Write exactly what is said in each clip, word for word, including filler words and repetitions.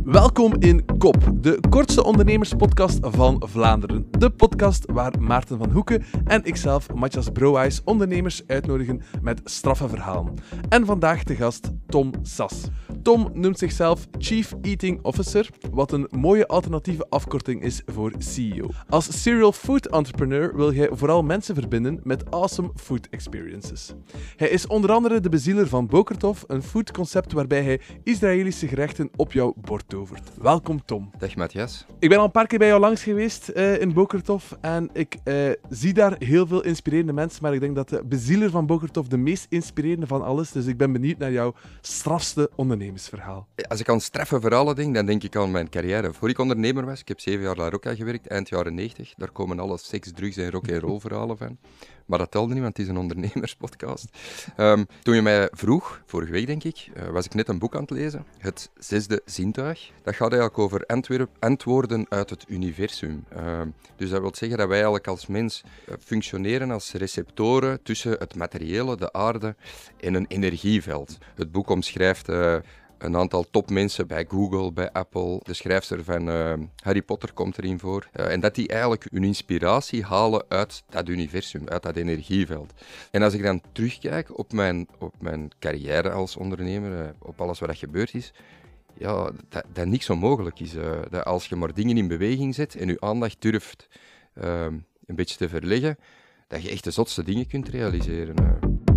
Welkom in Kop, de kortste ondernemerspodcast van Vlaanderen. De podcast waar Maarten van Hoeken en ikzelf, Matthias Brouwijs, ondernemers uitnodigen met straffe verhalen. En vandaag te gast Tom Sas. Tom noemt zichzelf Chief Eating Officer, wat een mooie alternatieve afkorting is voor C E O. Als serial food entrepreneur wil hij vooral mensen verbinden met awesome food experiences. Hij is onder andere de bezieler van Bokertov, een foodconcept waarbij hij Israëlische gerechten op jouw bord tovert. Welkom Tom. Dag Matthias. Ik ben al een paar keer bij jou langs geweest uh, in Bokertov en ik uh, zie daar heel veel inspirerende mensen, maar ik denk dat de bezieler van Bokertov de meest inspirerende van alles, dus ik ben benieuwd naar jouw strafste ondernemersverhaal. Als ik aan straffe verhalen denk, dan denk ik aan mijn carrière. Voor ik ondernemer was, ik heb zeven jaar La Rocca gewerkt, eind jaren negentig, daar komen alle seks, drugs en rock-and-roll verhalen van. Maar dat telde niet, want het is een ondernemerspodcast. Um, toen je mij vroeg, vorige week denk ik, uh, was ik net een boek aan het lezen. Het zesde zintuig. Dat gaat eigenlijk over antwerp, antwoorden uit het universum. Uh, dus dat wil zeggen dat wij eigenlijk als mens uh, functioneren als receptoren tussen het materiële, de aarde en een energieveld. Het boek omschrijft Uh, een aantal topmensen bij Google, bij Apple. De schrijfster van uh, Harry Potter komt erin voor. Uh, en dat die eigenlijk hun inspiratie halen uit dat universum, uit dat energieveld. En als ik dan terugkijk op mijn, op mijn carrière als ondernemer, uh, op alles wat er gebeurd is, ja, dat, dat niks onmogelijk is. Uh, dat als je maar dingen in beweging zet en je aandacht durft uh, een beetje te verleggen, dat je echt de zotste dingen kunt realiseren. Uh.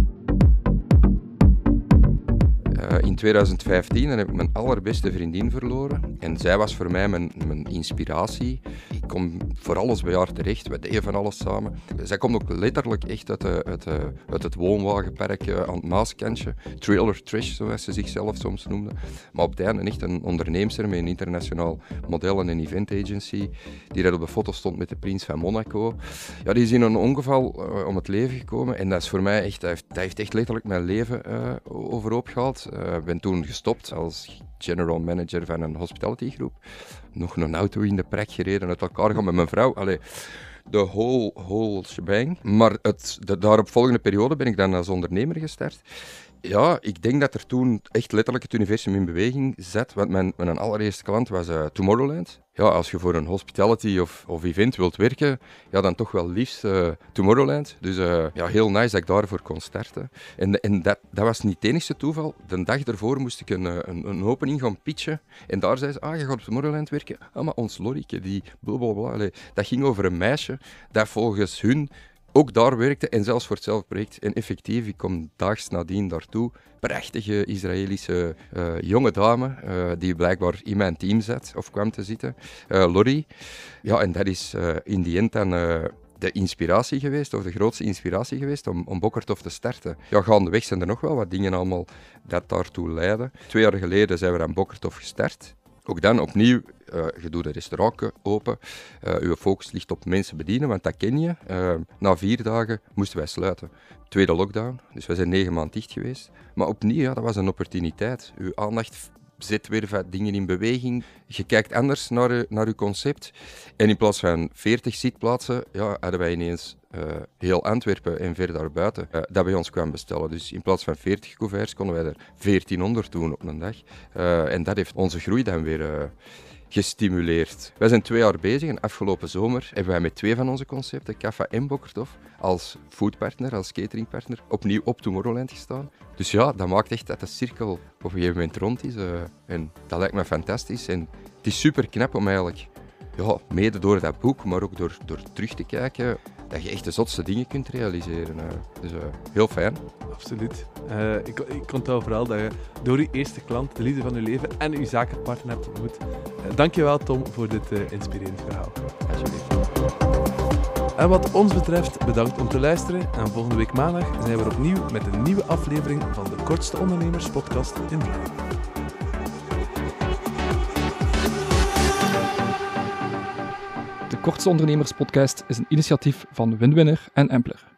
Uh, in twintig vijftien heb ik mijn allerbeste vriendin verloren. En zij was voor mij mijn, mijn inspiratie. Ik kom voor alles bij haar terecht. We deden van alles samen. Zij komt ook letterlijk echt uit, de, uit, de, uit het woonwagenpark uh, aan het Maaskantje. Trailer Trash, zoals ze zichzelf soms noemde. Maar op het einde echt een onderneemster met een internationaal model en een event agency. Die daar op de foto stond met de prins van Monaco. Ja, die is in een ongeval uh, om het leven gekomen. En dat is voor mij echt, dat heeft, dat heeft echt letterlijk mijn leven uh, overhoop gehaald. Ik uh, ben toen gestopt als general manager van een hospitality groep. Nog een auto in de prak gereden, uit elkaar gaan met mijn vrouw. Allee, de whole, whole shebang. Maar het, de daaropvolgende periode ben ik dan als ondernemer gestart. Ja, ik denk dat er toen echt letterlijk het universum in beweging zat. Want mijn, mijn allereerste klant was uh, Tomorrowland. Ja, als je voor een hospitality of, of event wilt werken, ja, dan toch wel liefst uh, Tomorrowland. Dus uh, ja, heel nice dat ik daarvoor kon starten. En, en dat, dat was niet het enigste toeval. De dag ervoor moest ik een, een, een opening gaan pitchen. En daar zei ze, ah, je gaat op Tomorrowland werken. Ah, maar ons Lorrieke, die blablabla. Allee, dat ging over een meisje dat volgens hun ook daar werkte en zelfs voor hetzelfde project. En effectief, ik kom daags nadien daartoe. Prachtige Israëlische uh, jonge dame, uh, die blijkbaar in mijn team zat, of kwam te zitten. Uh, Lori. Ja, en dat is uh, in die end dan uh, de inspiratie geweest, of de grootste inspiratie geweest, om, om Bokertov te starten. Ja, gaandeweg zijn er nog wel wat dingen allemaal dat daartoe leiden. Twee jaar geleden zijn we aan Bokertov gestart. Ook dan opnieuw, uh, je doet een restaurant open, uh, je focus ligt op mensen bedienen, want dat ken je. Uh, na vier dagen moesten wij sluiten. Tweede lockdown, dus we zijn negen maanden dicht geweest. Maar opnieuw, ja, dat was een opportuniteit. Uw aandacht zet weer wat dingen in beweging. Je kijkt anders naar je, naar je concept. En in plaats van veertig zitplaatsen, ja, hadden wij ineens uh, heel Antwerpen en ver daarbuiten uh, dat bij ons kwam bestellen. Dus in plaats van veertig couverts konden wij er veertienhonderd doen op een dag. Uh, en dat heeft onze groei dan weer Uh, gestimuleerd. Wij zijn twee jaar bezig en afgelopen zomer hebben wij met twee van onze concepten, Kaffa en Bokertov, als foodpartner, als cateringpartner, opnieuw op Tomorrowland gestaan. Dus ja, dat maakt echt dat de cirkel op een gegeven moment rond is. Uh, en dat lijkt me fantastisch. En het is super knap om eigenlijk, ja, mede door dat boek, maar ook door, door terug te kijken, dat je echt de zotste dingen kunt realiseren. Uh, dus uh, heel fijn. Absoluut. Uh, ik, ik onthoud vooral dat je door je eerste klant de liefde van je leven en je zakenpartner hebt ontmoet. Uh, dankjewel Tom voor dit uh, inspirerend verhaal. Alsjeblieft. En wat ons betreft, bedankt om te luisteren. En volgende week maandag zijn we er opnieuw met een nieuwe aflevering van de kortste ondernemerspodcast in Vlaanderen. De Kortste Ondernemerspodcast is een initiatief van Winwinner en Empler.